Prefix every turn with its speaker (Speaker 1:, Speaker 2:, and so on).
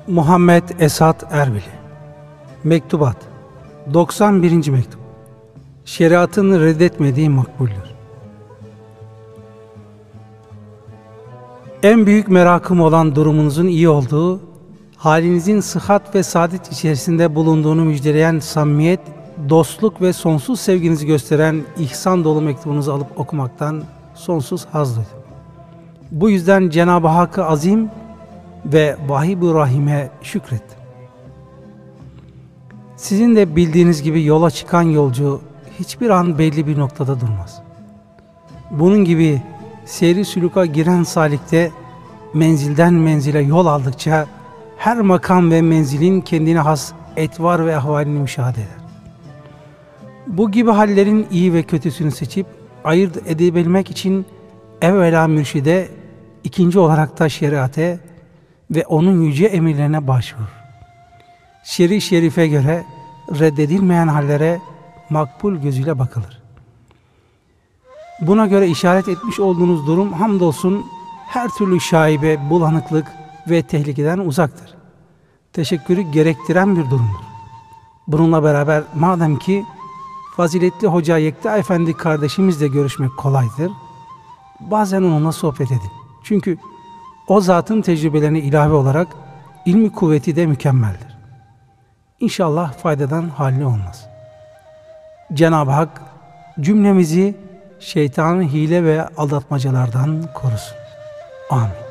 Speaker 1: Muhammed Esat Erbili. Mektubat 91. Mektup. Şeriatın reddetmediği makbuldür. En büyük merakım olan durumunuzun iyi olduğu, halinizin sıhhat ve saadet içerisinde bulunduğunu müjdeleyen samimiyet, dostluk ve sonsuz sevginizi gösteren ihsan dolu mektubunuzu alıp okumaktan sonsuz haz duydum. Bu yüzden Cenab-ı Hak-ı Azim ve Vahib-ı Rahim'e şükrettim. Sizin de bildiğiniz gibi yola çıkan yolcu hiçbir an belli bir noktada durmaz. Bunun gibi seyri süluka giren salikte menzilden menzile yol aldıkça her makam ve menzilin kendine has etvar ve ahvalini müşahede eder. Bu gibi hallerin iyi ve kötüsünü seçip ayırt edebilmek için evvela mürşide, ikinci olarak da şeriate ve onun yüce emirlerine başvurur. Şer'i şerife göre reddedilmeyen hallere makbul gözüyle bakılır. Buna göre işaret etmiş olduğunuz durum hamdolsun her türlü şaibe, bulanıklık ve tehlikeden uzaktır. Teşekkürü gerektiren bir durumdur. Bununla beraber madem ki faziletli Hoca Yekta Efendi kardeşimizle görüşmek kolaydır, bazen onunla sohbet edin. Çünkü o zatın tecrübelerine ilave olarak ilmi kuvveti de mükemmeldir. İnşallah faydadan hali olmaz. Cenab-ı Hak cümlemizi şeytanın hile ve aldatmacalardan korusun. Amin.